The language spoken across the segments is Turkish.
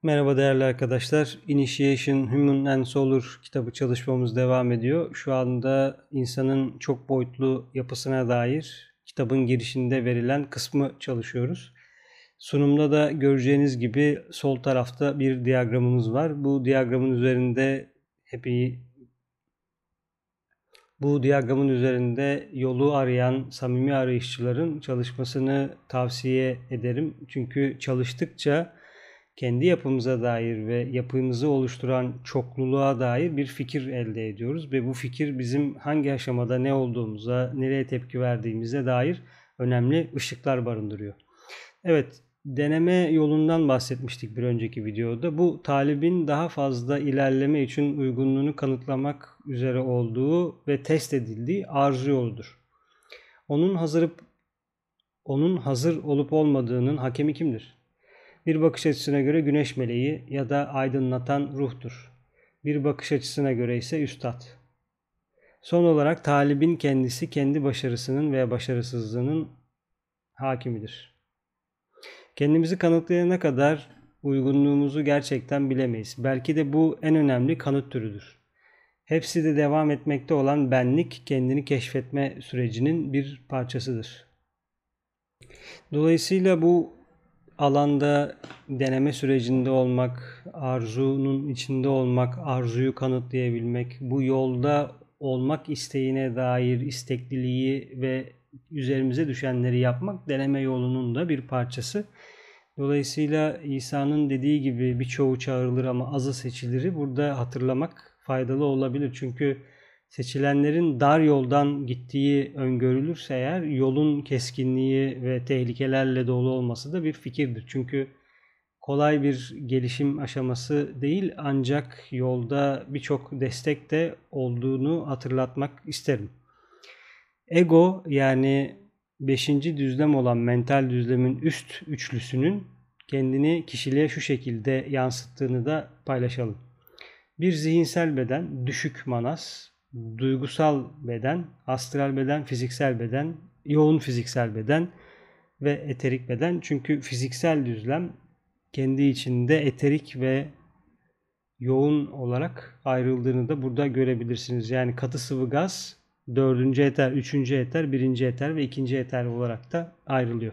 Merhaba değerli arkadaşlar. Initiation Human and Solar kitabı çalışmamız devam ediyor. Şu anda insanın çok boyutlu yapısına dair kitabın girişinde verilen kısmı çalışıyoruz. Sunumda da göreceğiniz gibi sol tarafta bir diyagramımız var. Bu diyagramın üzerinde yolu arayan samimi arayışçıların çalışmasını tavsiye ederim. Çünkü çalıştıkça kendi yapımıza dair ve yapımızı oluşturan çokluluğa dair bir fikir elde ediyoruz ve bu fikir bizim hangi aşamada ne olduğumuza, nereye tepki verdiğimize dair önemli ışıklar barındırıyor. Evet, deneme yolundan bahsetmiştik bir önceki videoda. Bu talibin daha fazla ilerleme için uygunluğunu kanıtlamak üzere olduğu ve test edildiği arzu yoludur. Onun hazır olup olmadığının hakemi kimdir? Bir bakış açısına göre güneş meleği ya da aydınlatan ruhtur. Bir bakış açısına göre ise üstad. Son olarak talibin kendisi kendi başarısının veya başarısızlığının hakimidir. Kendimizi kanıtlayana kadar uygunluğumuzu gerçekten bilemeyiz. Belki de bu en önemli kanıt türüdür. Hepsi de devam etmekte olan benlik, kendini keşfetme sürecinin bir parçasıdır. Dolayısıyla bu alanda deneme sürecinde olmak, arzunun içinde olmak, arzuyu kanıtlayabilmek, bu yolda olmak isteğine dair istekliliği ve üzerimize düşenleri yapmak deneme yolunun da bir parçası. Dolayısıyla İsa'nın dediği gibi birçoğu çağrılır ama azı seçilir. Burada hatırlamak faydalı olabilir. Çünkü seçilenlerin dar yoldan gittiği öngörülürse eğer yolun keskinliği ve tehlikelerle dolu olması da bir fikirdir. Çünkü kolay bir gelişim aşaması değil ancak yolda birçok destek de olduğunu hatırlatmak isterim. Ego yani 5. düzlem olan mental düzlemin üst üçlüsünün kendini kişiliğe şu şekilde yansıttığını da paylaşalım. Bir zihinsel beden, düşük manas, duygusal beden, astral beden, fiziksel beden, yoğun fiziksel beden ve eterik beden. Çünkü fiziksel düzlem kendi içinde eterik ve yoğun olarak ayrıldığını da burada görebilirsiniz. Yani katı sıvı gaz 4. eter, 3. eter, 1. eter ve 2. eter olarak da ayrılıyor.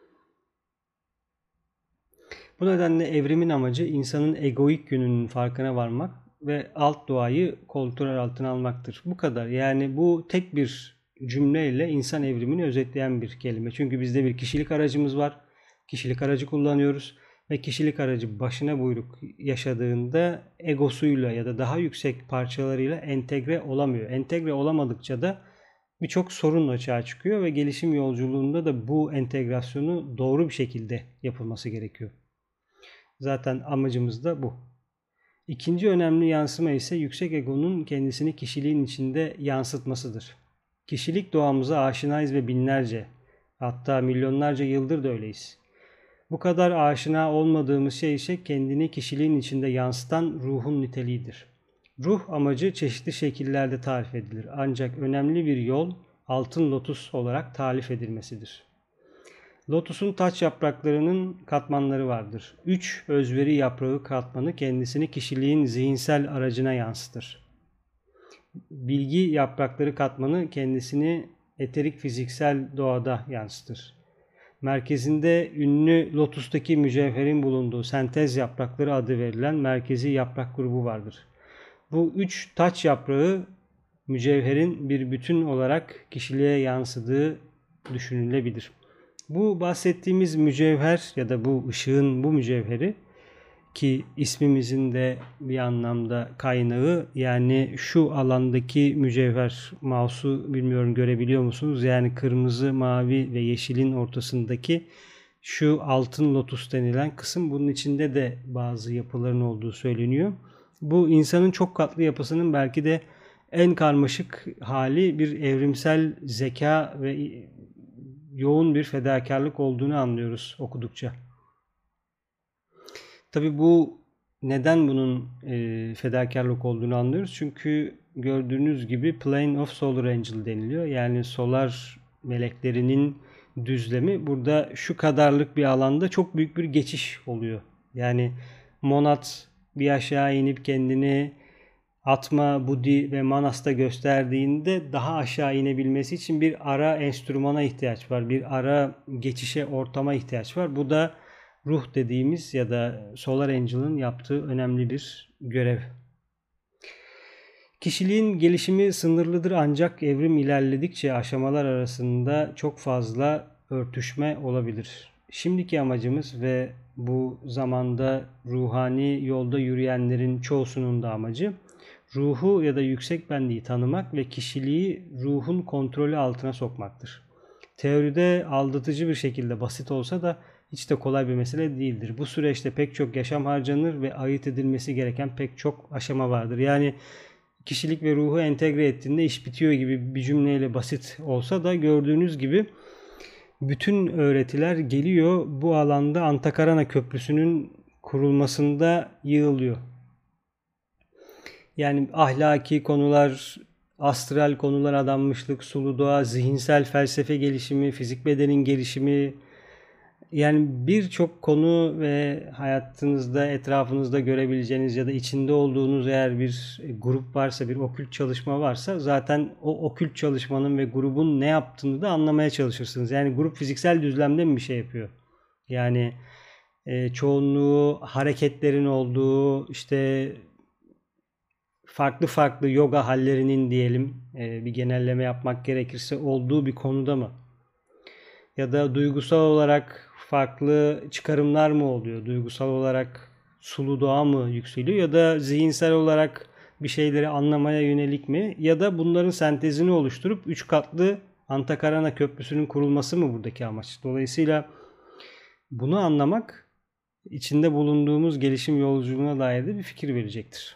Bu nedenle evrimin amacı insanın egoik yönünün farkına varmak ve alt doğayı kontrol altına almaktır. Bu kadar. Yani bu tek bir cümleyle insan evrimini özetleyen bir kelime. Çünkü bizde bir kişilik aracımız var. Kişilik aracı kullanıyoruz ve kişilik aracı başına buyruk yaşadığında egosuyla ya da daha yüksek parçalarıyla entegre olamıyor. Entegre olamadıkça da birçok sorun açığa çıkıyor ve gelişim yolculuğunda da bu entegrasyonu doğru bir şekilde yapılması gerekiyor. Zaten amacımız da bu. İkinci önemli yansıma ise yüksek egonun kendisini kişiliğin içinde yansıtmasıdır. Kişilik doğamıza aşinayız ve binlerce, hatta milyonlarca yıldır da öyleyiz. Bu kadar aşina olmadığımız şey ise kendini kişiliğin içinde yansıtan ruhun niteliğidir. Ruh amacı çeşitli şekillerde tarif edilir. Ancak önemli bir yol altın lotus olarak tarif edilmesidir. Lotusun taç yapraklarının katmanları vardır. 3 özveri yaprağı katmanı kendisini kişiliğin zihinsel aracına yansıtır. Bilgi yaprakları katmanı kendisini eterik fiziksel doğada yansıtır. Merkezinde ünlü lotustaki mücevherin bulunduğu sentez yaprakları adı verilen merkezi yaprak grubu vardır. Bu 3 taç yaprağı mücevherin bir bütün olarak kişiliğe yansıdığı düşünülebilir. Bu bahsettiğimiz mücevher ya da bu ışığın bu mücevheri ki ismimizin de bir anlamda kaynağı yani şu alandaki mücevher mouse'u bilmiyorum görebiliyor musunuz? Yani kırmızı, mavi ve yeşilin ortasındaki şu altın lotus denilen kısım bunun içinde de bazı yapıların olduğu söyleniyor. Bu insanın çok katlı yapısının belki de en karmaşık hali bir evrimsel zeka ve yoğun bir fedakarlık olduğunu anlıyoruz okudukça. Tabii bu neden bunun fedakarlık olduğunu anlıyoruz. Çünkü gördüğünüz gibi Plane of Solar Angel deniliyor. Yani solar meleklerinin düzlemi burada şu kadarlık bir alanda çok büyük bir geçiş oluyor. Yani Monad bir aşağı inip kendini Atma, Budi ve Manas'ta gösterdiğinde daha aşağı inebilmesi için bir ara enstrümana ihtiyaç var. Bir ara geçişe, ortama ihtiyaç var. Bu da ruh dediğimiz ya da Solar Angel'ın yaptığı önemli bir görev. Kişiliğin gelişimi sınırlıdır ancak evrim ilerledikçe aşamalar arasında çok fazla örtüşme olabilir. Şimdiki amacımız ve bu zamanda ruhani yolda yürüyenlerin çoğusunun da amacı ruhu ya da yüksek benliği tanımak ve kişiliği ruhun kontrolü altına sokmaktır. Teoride aldatıcı bir şekilde basit olsa da hiç de kolay bir mesele değildir. Bu süreçte pek çok yaşam harcanır ve ayırt edilmesi gereken pek çok aşama vardır. Yani kişilik ve ruhu entegre ettiğinde iş bitiyor gibi bir cümleyle basit olsa da gördüğünüz gibi bütün öğretiler geliyor bu alanda Antakarana Köprüsü'nün kurulmasında yığılıyor. Yani ahlaki konular, astral konular, adanmışlık, sulu doğa, zihinsel felsefe gelişimi, fizik bedenin gelişimi, yani birçok konu ve hayatınızda, etrafınızda görebileceğiniz ya da içinde olduğunuz eğer bir grup varsa, bir okült çalışma varsa zaten o okült çalışmanın ve grubun ne yaptığını da anlamaya çalışırsınız. Yani grup fiziksel düzlemde mi bir şey yapıyor? Yani çoğunluğu hareketlerin olduğu, işte farklı farklı yoga hallerinin diyelim bir genelleme yapmak gerekirse olduğu bir konuda mı? Ya da duygusal olarak farklı çıkarımlar mı oluyor? Duygusal olarak sulu doğa mı yükseliyor? Ya da zihinsel olarak bir şeyleri anlamaya yönelik mi? Ya da bunların sentezini oluşturup 3 katlı Antakarana Köprüsü'nün kurulması mı buradaki amaç? Dolayısıyla bunu anlamak içinde bulunduğumuz gelişim yolculuğuna dair de bir fikir verecektir.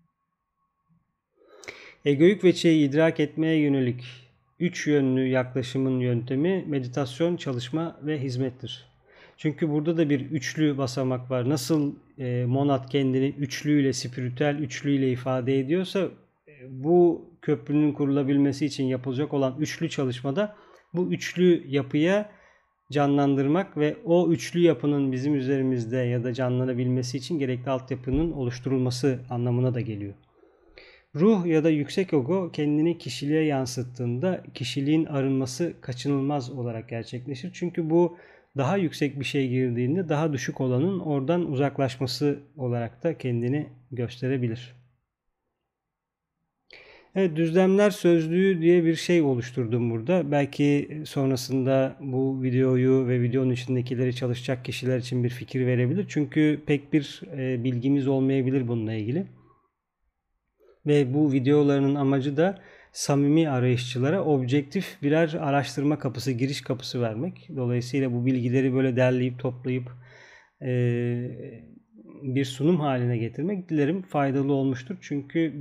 Egoik veçeyi idrak etmeye yönelik 3 yönlü yaklaşımın yöntemi meditasyon, çalışma ve hizmettir. Çünkü burada da bir üçlü basamak var. Nasıl Monad kendini üçlüyle, spiritüel üçlüyle ifade ediyorsa bu köprünün kurulabilmesi için yapılacak olan üçlü çalışmada bu üçlü yapıya canlandırmak ve o üçlü yapının bizim üzerimizde ya da canlanabilmesi için gerekli altyapının oluşturulması anlamına da geliyor. Ruh ya da yüksek ego kendini kişiliğe yansıttığında kişiliğin arınması kaçınılmaz olarak gerçekleşir. Çünkü bu daha yüksek bir şey girdiğinde daha düşük olanın oradan uzaklaşması olarak da kendini gösterebilir. Evet, düzlemler sözlüğü diye bir şey oluşturdum burada. Belki sonrasında bu videoyu ve videonun içindekileri çalışacak kişiler için bir fikir verebilir. Çünkü pek bir bilgimiz olmayabilir bununla ilgili. Ve bu videolarının amacı da samimi arayışçılara objektif birer araştırma kapısı, giriş kapısı vermek. Dolayısıyla bu bilgileri böyle derleyip toplayıp bir sunum haline getirmek dilerim faydalı olmuştur. Çünkü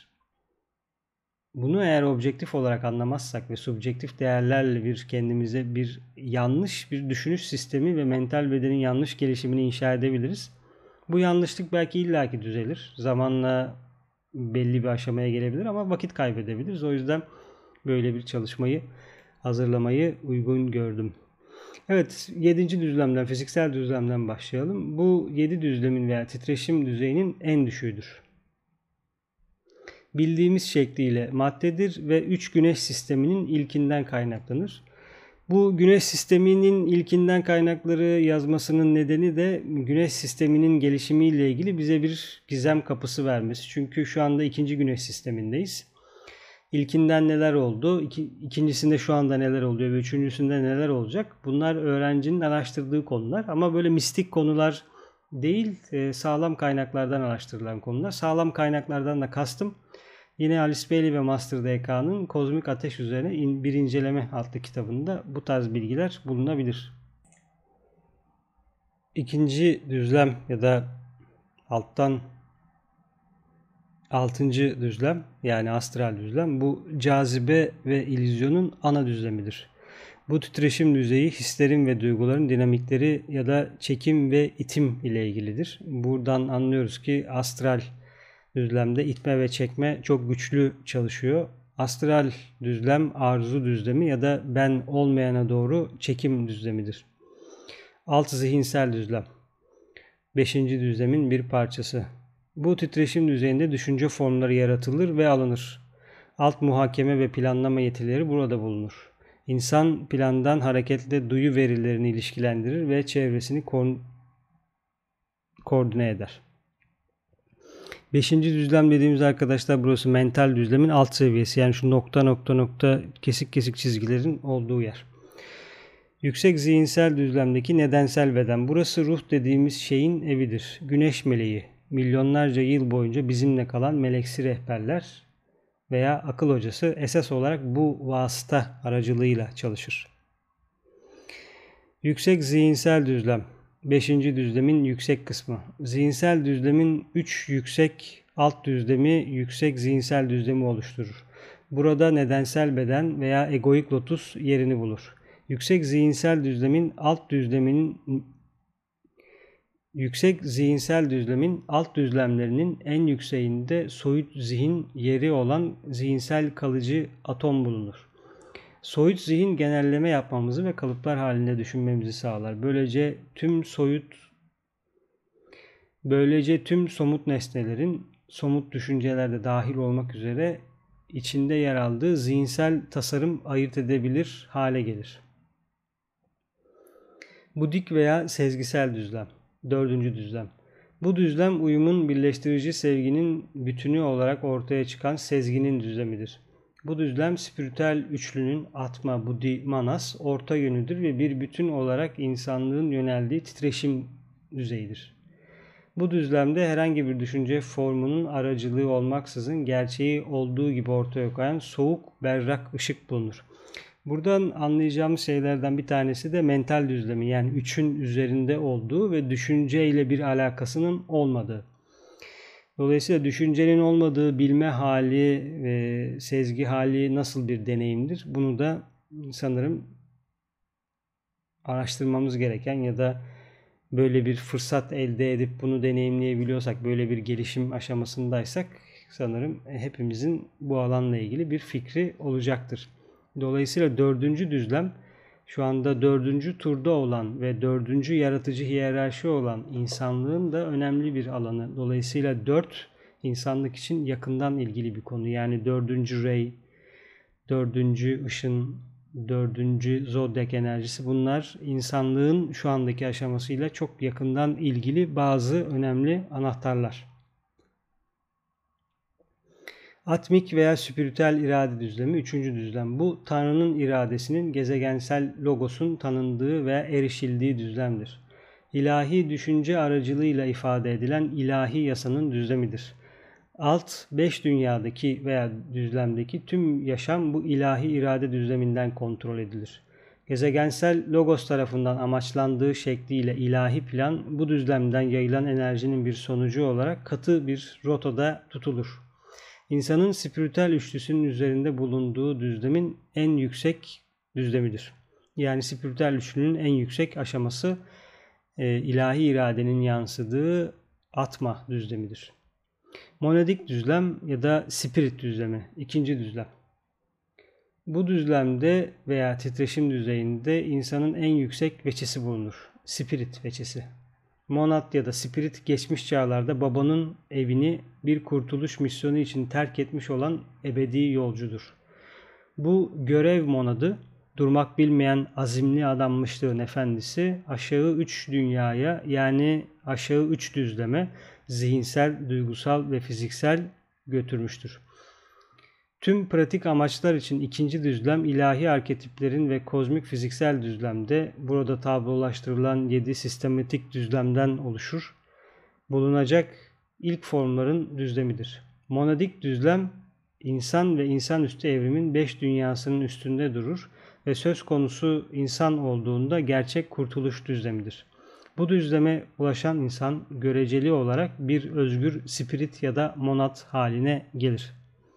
bunu eğer objektif olarak anlamazsak ve subjektif değerlerle kendimize bir yanlış bir düşünüş sistemi ve mental bedenin yanlış gelişimini inşa edebiliriz. Bu yanlışlık belki illaki düzelir. Zamanla belli bir aşamaya gelebilir ama vakit kaybedebiliriz. O yüzden böyle bir çalışmayı hazırlamayı uygun gördüm. Evet, 7. düzlemden, fiziksel düzlemden başlayalım. Bu 7 düzlemin veya titreşim düzeyinin en düşüğüdür. Bildiğimiz şekliyle maddedir ve 3 güneş sisteminin ilkinden kaynaklanır. Bu güneş sisteminin ilkinden kaynakları yazmasının nedeni de güneş sisteminin gelişimiyle ilgili bize bir gizem kapısı vermesi. Çünkü şu anda 2. güneş sistemindeyiz. İlkinden neler oldu, ikincisinde şu anda neler oluyor ve üçüncüsünde neler olacak? Bunlar öğrencinin araştırdığı konular ama böyle mistik konular değil, sağlam kaynaklardan araştırılan konular. Sağlam kaynaklardan da kastım yine Alice Bailey ve Master DK'nın Kozmik Ateş üzerine bir inceleme adlı kitabında bu tarz bilgiler bulunabilir. İkinci düzlem ya da alttan 6. düzlem yani astral düzlem bu cazibe ve illüzyonun ana düzlemidir. Bu titreşim düzeyi hislerin ve duyguların dinamikleri ya da çekim ve itim ile ilgilidir. Buradan anlıyoruz ki astral düzlemde itme ve çekme çok güçlü çalışıyor. Astral düzlem arzu düzlemi ya da ben olmayana doğru çekim düzlemidir. Alt zihinsel düzlem. Beşinci düzlemin bir parçası. Bu titreşim düzeyinde düşünce formları yaratılır ve alınır. Alt muhakeme ve planlama yetileri burada bulunur. İnsan plandan hareketle duyu verilerini ilişkilendirir ve çevresini koordine eder. Beşinci düzlem dediğimiz arkadaşlar burası mental düzlemin alt seviyesi. Yani şu nokta kesik kesik çizgilerin olduğu yer. Yüksek zihinsel düzlemdeki nedensel beden. Burası ruh dediğimiz şeyin evidir. Güneş meleği. Milyonlarca yıl boyunca bizimle kalan meleksi rehberler veya akıl hocası esas olarak bu vasıta aracılığıyla çalışır. Yüksek zihinsel düzlem. Beşinci düzlemin yüksek kısmı. Zihinsel düzlemin 3 yüksek alt düzlemi yüksek zihinsel düzlemi oluşturur. Burada nedensel beden veya egoik lotus yerini bulur. Yüksek zihinsel düzlemin alt düzlemlerinin en yükseğinde soyut zihin yeri olan zihinsel kalıcı atom bulunur. Soyut zihin genelleme yapmamızı ve kalıplar halinde düşünmemizi sağlar. Böylece tüm somut nesnelerin somut düşüncelerde dahil olmak üzere içinde yer aldığı zihinsel tasarım ayırt edebilir hale gelir. Budik veya sezgisel düzlem. Dördüncü düzlem. Bu düzlem uyumun birleştirici sevginin bütünü olarak ortaya çıkan sezginin düzlemidir. Bu düzlem spiritüel üçlünün Atma, Buddhi, Manas orta yönüdür ve bir bütün olarak insanlığın yöneldiği titreşim düzeyidir. Bu düzlemde herhangi bir düşünce formunun aracılığı olmaksızın gerçeği olduğu gibi ortaya koyan soğuk, berrak ışık bulunur. Buradan anlayacağımız şeylerden bir tanesi de mental düzlemi, yani üçün üzerinde olduğu ve düşünceyle bir alakasının olmadığı. Dolayısıyla düşüncenin olmadığı bilme hali ve sezgi hali nasıl bir deneyimdir? Bunu da sanırım araştırmamız gereken ya da böyle bir fırsat elde edip bunu deneyimleyebiliyorsak, böyle bir gelişim aşamasındaysak sanırım hepimizin bu alanla ilgili bir fikri olacaktır. Dolayısıyla dördüncü düzlem şu anda dördüncü turda olan ve dördüncü yaratıcı hiyerarşi olan insanlığın da önemli bir alanı. Dolayısıyla 4 insanlık için yakından ilgili bir konu. Yani dördüncü rey, dördüncü ışın, dördüncü zodyak enerjisi, bunlar insanlığın şu andaki aşamasıyla çok yakından ilgili bazı önemli anahtarlar. Atmik veya spiritüel irade düzlemi 3. düzlem. Bu Tanrı'nın iradesinin gezegensel logosun tanındığı ve erişildiği düzlemdir. İlahi düşünce aracılığıyla ifade edilen ilahi yasanın düzlemidir. Alt 5 dünyadaki veya düzlemdeki tüm yaşam bu ilahi irade düzleminden kontrol edilir. Gezegensel logos tarafından amaçlandığı şekliyle ilahi plan bu düzlemden yayılan enerjinin bir sonucu olarak katı bir rotada tutulur. İnsanın spiritüel üçlüsünün üzerinde bulunduğu düzlemin en yüksek düzlemidir. Yani spiritüel üçlünün en yüksek aşaması ilahi iradenin yansıdığı atma düzlemidir. Monadik düzlem ya da spirit düzlemi, 2. düzlem. Bu düzlemde veya titreşim düzeyinde insanın en yüksek veçesi bulunur. Spirit veçesi. Monad ya da spirit geçmiş çağlarda babanın evini bir kurtuluş misyonu için terk etmiş olan ebedi yolcudur. Bu görev monadı durmak bilmeyen azimli adanmışlığın efendisi aşağı 3 dünyaya, yani aşağı 3 düzleme, zihinsel, duygusal ve fiziksel götürmüştür. Tüm pratik amaçlar için 2. düzlem ilahi arketiplerin ve kozmik fiziksel düzlemde burada tablolaştırılan 7 sistematik düzlemden oluşur. Bulunacak ilk formların düzlemidir. Monadik düzlem insan ve insanüstü evrimin 5 dünyasının üstünde durur ve söz konusu insan olduğunda gerçek kurtuluş düzlemidir. Bu düzleme ulaşan insan göreceli olarak bir özgür spirit ya da monad haline gelir.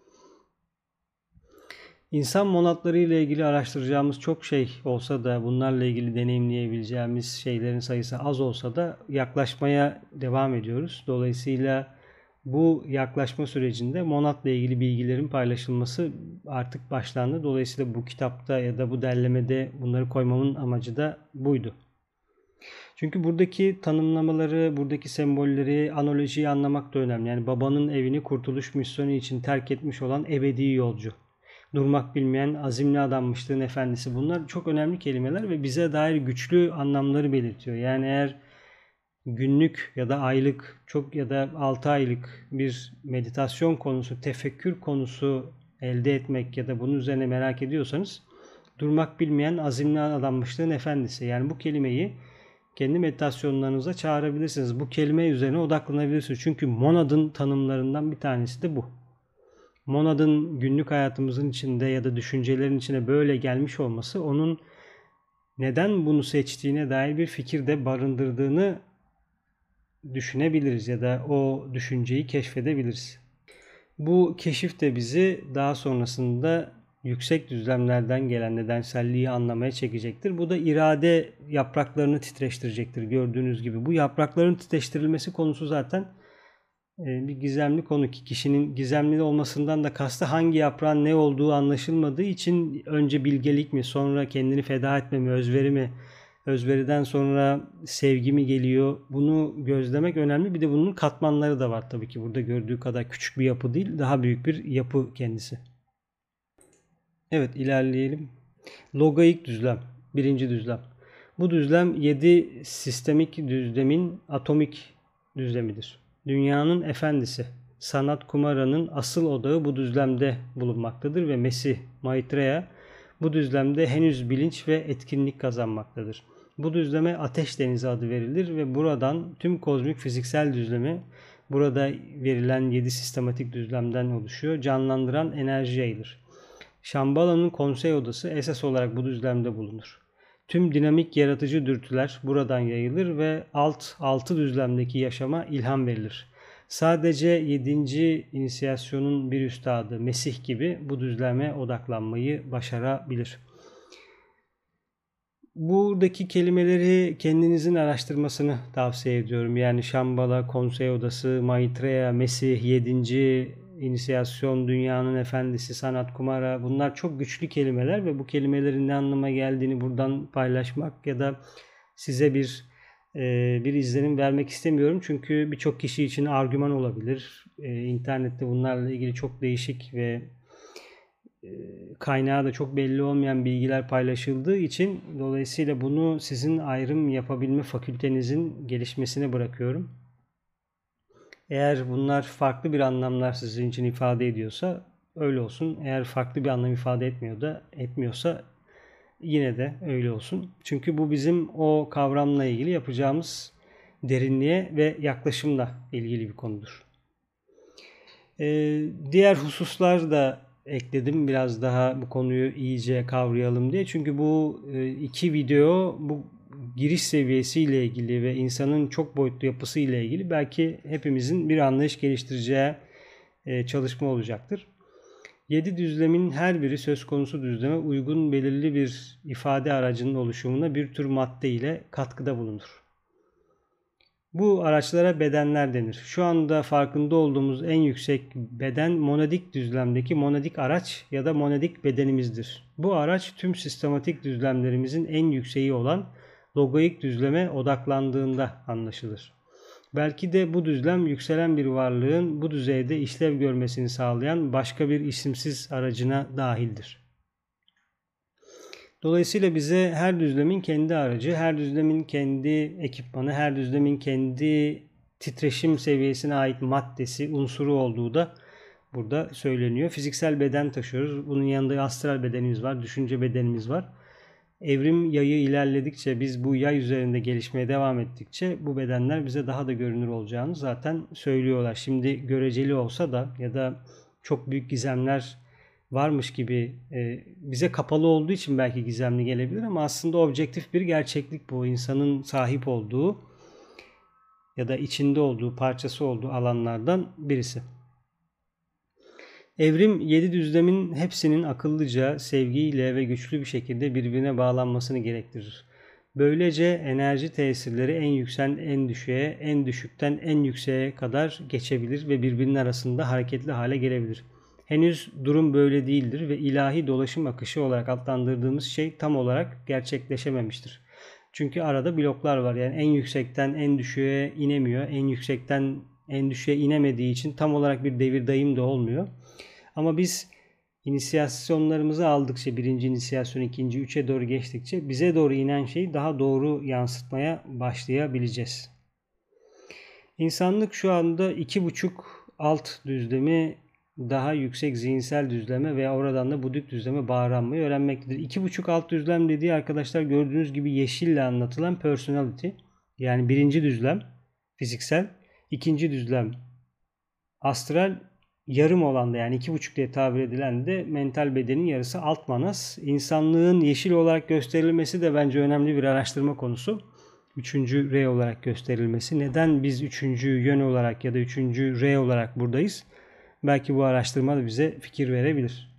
İnsan monadları ile ilgili araştıracağımız çok şey olsa da, bunlarla ilgili deneyimleyebileceğimiz şeylerin sayısı az olsa da yaklaşmaya devam ediyoruz. Dolayısıyla bu yaklaşma sürecinde monadla ilgili bilgilerin paylaşılması artık başlandı. Dolayısıyla bu kitapta ya da bu derlemede bunları koymamın amacı da buydu. Çünkü buradaki tanımlamaları, buradaki sembolleri, analojiyi anlamak da önemli. Yani babanın evini kurtuluş misyonu için terk etmiş olan ebedi yolcu. Durmak bilmeyen azimli adanmışlığın efendisi. Bunlar çok önemli kelimeler ve bize dair güçlü anlamları belirtiyor. Yani eğer günlük ya da aylık, çok ya da 6 aylık bir meditasyon konusu, tefekkür konusu elde etmek ya da bunun üzerine merak ediyorsanız, durmak bilmeyen azimli adanmışlığın efendisi. Yani bu kelimeyi kendi meditasyonlarınıza çağırabilirsiniz. Bu kelime üzerine odaklanabilirsiniz. Çünkü Monad'ın tanımlarından bir tanesi de bu. Monad'ın günlük hayatımızın içinde ya da düşüncelerin içine böyle gelmiş olması onun neden bunu seçtiğine dair bir fikir de barındırdığını düşünebiliriz ya da o düşünceyi keşfedebiliriz. Bu keşif de bizi daha sonrasında yüksek düzlemlerden gelen nedenselliği anlamaya çekecektir. Bu da irade yapraklarını titreştirecektir gördüğünüz gibi. Bu yaprakların titreştirilmesi konusu zaten bir gizemli konu ki kişinin gizemli olmasından da kastı hangi yaprağın ne olduğu anlaşılmadığı için önce bilgelik mi, sonra kendini feda etme mi, özveri mi, özveriden sonra sevgi mi geliyor, bunu gözlemek önemli. Bir de bunun katmanları da var tabii ki, burada gördüğü kadar küçük bir yapı değil, daha büyük bir yapı kendisi. Evet, ilerleyelim. Logaik düzlem, birinci düzlem. Bu düzlem 7 sistemik düzlemin atomik düzlemidir. Dünyanın efendisi Sanat Kumara'nın asıl odağı bu düzlemde bulunmaktadır ve Mesih Maitreya bu düzlemde henüz bilinç ve etkinlik kazanmaktadır. Bu düzleme Ateş Denizi adı verilir ve buradan tüm kozmik fiziksel düzlemi, burada verilen 7 sistematik düzlemden oluşuyor, canlandıran enerji yayılır. Şambala'nın konsey odası esas olarak bu düzlemde bulunur. Tüm dinamik yaratıcı dürtüler buradan yayılır ve altı düzlemdeki yaşama ilham verilir. Sadece 7. inisiyasyonun bir üstadı Mesih gibi bu düzleme odaklanmayı başarabilir. Buradaki kelimeleri kendinizin araştırmasını tavsiye ediyorum. Yani Şambala, Konsey Odası, Maitreya, Mesih, 7. İnisiyasyon, Dünyanın Efendisi, Sanat Kumara, bunlar çok güçlü kelimeler ve bu kelimelerin ne anlama geldiğini buradan paylaşmak ya da size bir izlenim vermek istemiyorum. Çünkü birçok kişi için argüman olabilir. İnternette bunlarla ilgili çok değişik ve kaynağı da çok belli olmayan bilgiler paylaşıldığı için dolayısıyla bunu sizin ayrım yapabilme fakültenizin gelişmesine bırakıyorum. Eğer bunlar farklı bir anlamlar sizin için ifade ediyorsa öyle olsun. Eğer farklı bir anlam ifade etmiyorsa yine de öyle olsun. Çünkü bu bizim o kavramla ilgili yapacağımız derinliğe ve yaklaşımla ilgili bir konudur. Diğer hususlar da ekledim biraz daha bu konuyu iyice kavrayalım diye. Çünkü bu iki video bu giriş seviyesiyle ilgili ve insanın çok boyutlu yapısı ile ilgili belki hepimizin bir anlayış geliştireceği çalışma olacaktır. 7 düzlemin her biri söz konusu düzleme uygun belirli bir ifade aracının oluşumuna bir tür madde ile katkıda bulunur. Bu araçlara bedenler denir. Şu anda farkında olduğumuz en yüksek beden monadik düzlemdeki monadik araç ya da monadik bedenimizdir. Bu araç tüm sistematik düzlemlerimizin en yükseği olan logoik düzleme odaklandığında anlaşılır. Belki de bu düzlem yükselen bir varlığın bu düzeyde işlev görmesini sağlayan başka bir isimsiz aracına dahildir. Dolayısıyla bize her düzlemin kendi aracı, her düzlemin kendi ekipmanı, her düzlemin kendi titreşim seviyesine ait maddesi, unsuru olduğu da burada söyleniyor. Fiziksel beden taşıyoruz. Bunun yanında astral bedenimiz var, düşünce bedenimiz var. Evrim yayı ilerledikçe, biz bu yay üzerinde gelişmeye devam ettikçe bu bedenler bize daha da görünür olacağını zaten söylüyorlar. Şimdi göreceli olsa da ya da çok büyük gizemler varmış gibi bize kapalı olduğu için belki gizemli gelebilir ama aslında objektif bir gerçeklik bu. İnsanın sahip olduğu ya da içinde olduğu, parçası olduğu alanlardan birisi. Evrim 7 düzlemin hepsinin akıllıca, sevgiyle ve güçlü bir şekilde birbirine bağlanmasını gerektirir. Böylece enerji tesirleri en yüksekten en düşüğe, en düşükten en yükseğe kadar geçebilir ve birbirinin arasında hareketli hale gelebilir. Henüz durum böyle değildir ve ilahi dolaşım akışı olarak adlandırdığımız şey tam olarak gerçekleşememiştir. Çünkü arada bloklar var. Yani en yüksekten en düşüğe inemiyor. En yüksekten en düşüğe inemediği için tam olarak bir devir daim de olmuyor. Ama biz inisiyasyonlarımızı aldıkça, birinci inisiyasyon, ikinci, üçe doğru geçtikçe bize doğru inen şeyi daha doğru yansıtmaya başlayabileceğiz. İnsanlık şu anda 2,5 alt düzlemi daha yüksek zihinsel düzleme ve oradan da budik düzleme bağlanmayı öğrenmektedir. 2,5 alt düzlem dediği arkadaşlar gördüğünüz gibi yeşille anlatılan personality. Yani birinci düzlem fiziksel, ikinci düzlem astral, yarım olan da yani 2,5 diye tabir edilen de mental bedenin yarısı alt manas. İnsanlığın yeşil olarak gösterilmesi de bence önemli bir araştırma konusu. Üçüncü R olarak gösterilmesi. Neden biz üçüncü yön olarak ya da üçüncü R olarak buradayız? Belki bu araştırma da bize fikir verebilir.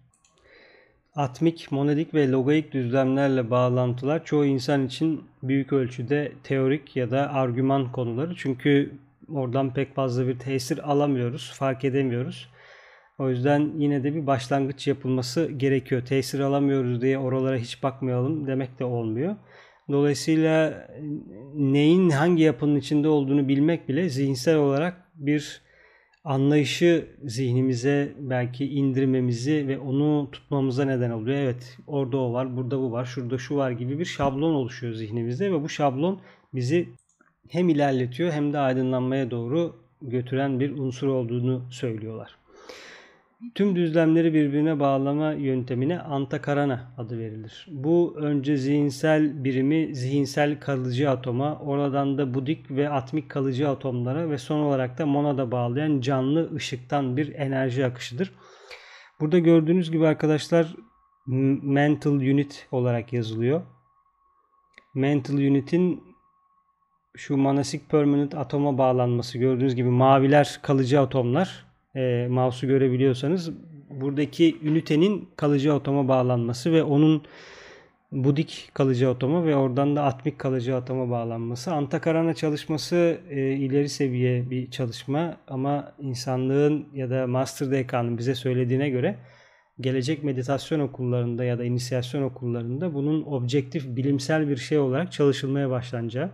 Atmik, monadik ve logaik düzlemlerle bağlantılar çoğu insan için büyük ölçüde teorik ya da argüman konuları. Çünkü oradan pek fazla bir tesir alamıyoruz, fark edemiyoruz. O yüzden yine de bir başlangıç yapılması gerekiyor. Tesir alamıyoruz diye oralara hiç bakmayalım demek de olmuyor. Dolayısıyla neyin hangi yapının içinde olduğunu bilmek bile zihinsel olarak bir anlayışı zihnimize belki indirmemizi ve onu tutmamıza neden oluyor. Evet, orada o var, burada bu var, şurada şu var gibi bir şablon oluşuyor zihnimizde ve bu şablon bizi hem ilerletiyor hem de aydınlanmaya doğru götüren bir unsur olduğunu söylüyorlar. Tüm düzlemleri birbirine bağlama yöntemine antakarana adı verilir. Bu önce zihinsel birimi zihinsel kalıcı atoma, oradan da budik ve atmik kalıcı atomlara ve son olarak da monada bağlayan canlı ışıktan bir enerji akışıdır. Burada gördüğünüz gibi arkadaşlar mental unit olarak yazılıyor. Mental unit'in şu manasik permanent atoma bağlanması, gördüğünüz gibi maviler kalıcı atomlar. Mouse'u görebiliyorsanız buradaki ünitenin kalıcı atoma bağlanması ve onun budik kalıcı atoma ve oradan da atmik kalıcı atoma bağlanması. Antakarana çalışması ileri seviye bir çalışma ama insanlığın ya da Master DK'nın bize söylediğine göre gelecek meditasyon okullarında ya da inisiyasyon okullarında bunun objektif bilimsel bir şey olarak çalışılmaya başlanacağı.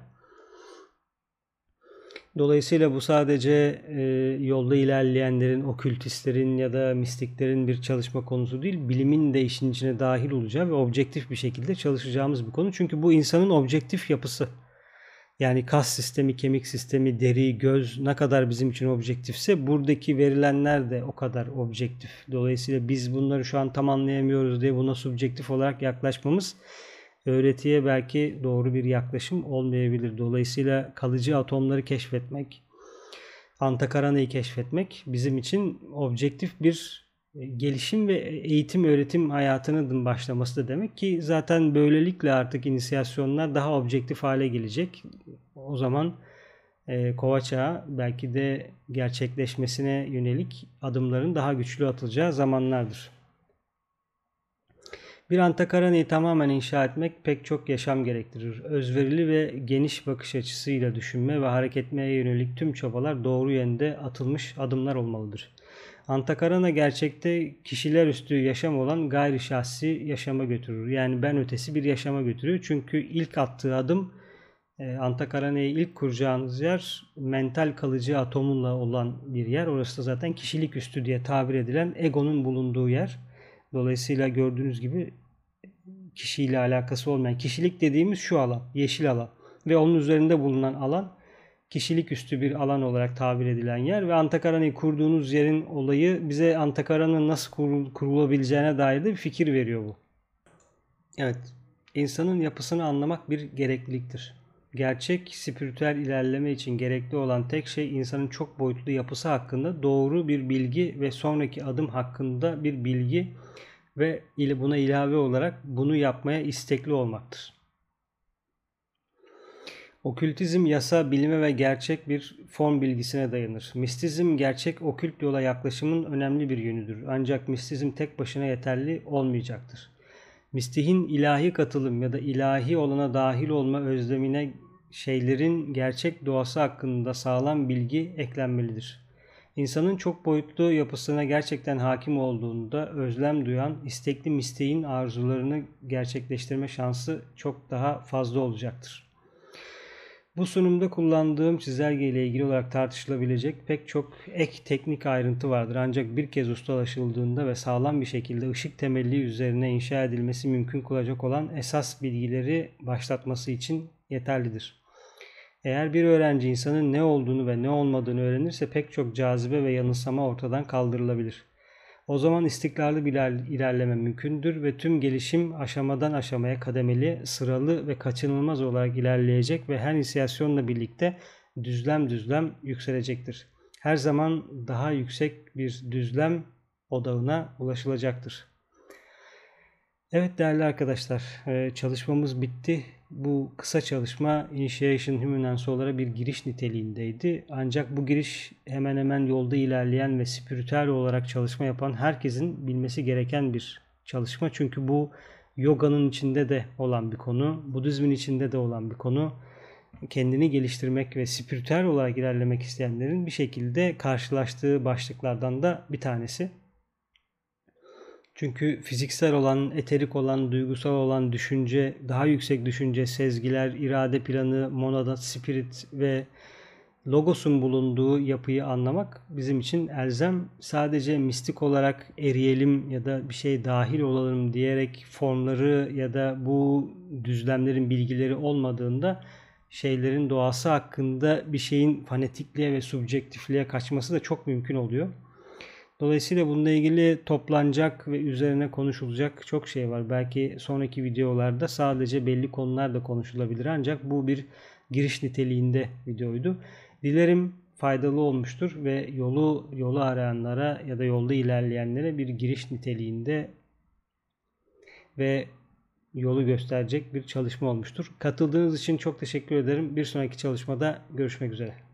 Dolayısıyla bu sadece yolda ilerleyenlerin, okültistlerin ya da mistiklerin bir çalışma konusu değil, bilimin de işin içine dahil olacağı ve objektif bir şekilde çalışacağımız bir konu. Çünkü bu insanın objektif yapısı. Yani kas sistemi, kemik sistemi, deri, göz ne kadar bizim için objektifse buradaki verilenler de o kadar objektif. Dolayısıyla biz bunları şu an tam anlayamıyoruz diye buna subjektif olarak yaklaşmamız öğretiye belki doğru bir yaklaşım olmayabilir. Dolayısıyla kalıcı atomları keşfetmek, antakaranayı keşfetmek bizim için objektif bir gelişim ve eğitim öğretim hayatının başlaması da demek ki zaten böylelikle artık inisiyasyonlar daha objektif hale gelecek. O zaman Kova çağı belki de gerçekleşmesine yönelik adımların daha güçlü atılacağı zamanlardır. Bir antakaranayı tamamen inşa etmek pek çok yaşam gerektirir. Özverili ve geniş bakış açısıyla düşünme ve hareket etmeye yönelik tüm çabalar doğru yönde atılmış adımlar olmalıdır. Antakarana gerçekte kişiler üstü yaşam olan gayri şahsi yaşama götürür. Yani ben ötesi bir yaşama götürüyor. Çünkü ilk attığı adım Antakarana'yı ilk kuracağınız yer mental kalıcı atomunla olan bir yer. Orası da zaten kişilik üstü diye tabir edilen egonun bulunduğu yer. Dolayısıyla gördüğünüz gibi kişiyle alakası olmayan, kişilik dediğimiz şu alan, yeşil alan ve onun üzerinde bulunan alan kişilik üstü bir alan olarak tabir edilen yer ve Antakarana'yı kurduğunuz yerin olayı bize Antakarana'nın nasıl kurulabileceğine dair de bir fikir veriyor bu. Evet, insanın yapısını anlamak bir gerekliliktir. Gerçek spiritüel ilerleme için gerekli olan tek şey insanın çok boyutlu yapısı hakkında doğru bir bilgi ve sonraki adım hakkında bir bilgi ve buna ilave olarak bunu yapmaya istekli olmaktır. Okültizm yasa, bilime ve gerçek bir form bilgisine dayanır. Mistizm gerçek okült yola yaklaşımın önemli bir yönüdür. Ancak mistizm tek başına yeterli olmayacaktır. Mistiğin ilahi katılım ya da ilahi olana dahil olma özlemine şeylerin gerçek doğası hakkında sağlam bilgi eklenmelidir. İnsanın çok boyutlu yapısına gerçekten hakim olduğunda özlem duyan, istekli mistiğin arzularını gerçekleştirme şansı çok daha fazla olacaktır. Bu sunumda kullandığım çizelge ile ilgili olarak tartışılabilecek pek çok ek teknik ayrıntı vardır. Ancak bir kez ustalaşıldığında ve sağlam bir şekilde ışık temelli üzerine inşa edilmesi mümkün kılacak olan esas bilgileri başlatması için yeterlidir. Eğer bir öğrenci insanın ne olduğunu ve ne olmadığını öğrenirse pek çok cazibe ve yanılsama ortadan kaldırılabilir. O zaman istikrarlı bir ilerleme mümkündür ve tüm gelişim aşamadan aşamaya kademeli, sıralı ve kaçınılmaz olarak ilerleyecek ve her inisiyasyonla birlikte düzlem düzlem yükselecektir. Her zaman daha yüksek bir düzlem odağına ulaşılacaktır. Evet değerli arkadaşlar, çalışmamız bitti. Bu kısa çalışma Initiation Human Solar'a bir giriş niteliğindeydi. Ancak bu giriş hemen hemen yolda ilerleyen ve spiritüel olarak çalışma yapan herkesin bilmesi gereken bir çalışma. Çünkü bu yoganın içinde de olan bir konu, Budizmin içinde de olan bir konu. Kendini geliştirmek ve spiritüel olarak ilerlemek isteyenlerin bir şekilde karşılaştığı başlıklardan da bir tanesi. Çünkü fiziksel olan, eterik olan, duygusal olan düşünce, daha yüksek düşünce, sezgiler, irade planı, monada, spirit ve logosun bulunduğu yapıyı anlamak bizim için elzem. Sadece mistik olarak eriyelim ya da bir şey dahil olalım diyerek formları ya da bu düzlemlerin bilgileri olmadığında şeylerin doğası hakkında bir şeyin fanatikliğe ve subjektifliğe kaçması da çok mümkün oluyor. Dolayısıyla bununla ilgili toplanacak ve üzerine konuşulacak çok şey var. Belki sonraki videolarda sadece belli konular da konuşulabilir. Ancak bu bir giriş niteliğinde videoydu. Dilerim faydalı olmuştur ve yolu arayanlara ya da yolda ilerleyenlere bir giriş niteliğinde ve yolu gösterecek bir çalışma olmuştur. Katıldığınız için çok teşekkür ederim. Bir sonraki çalışmada görüşmek üzere.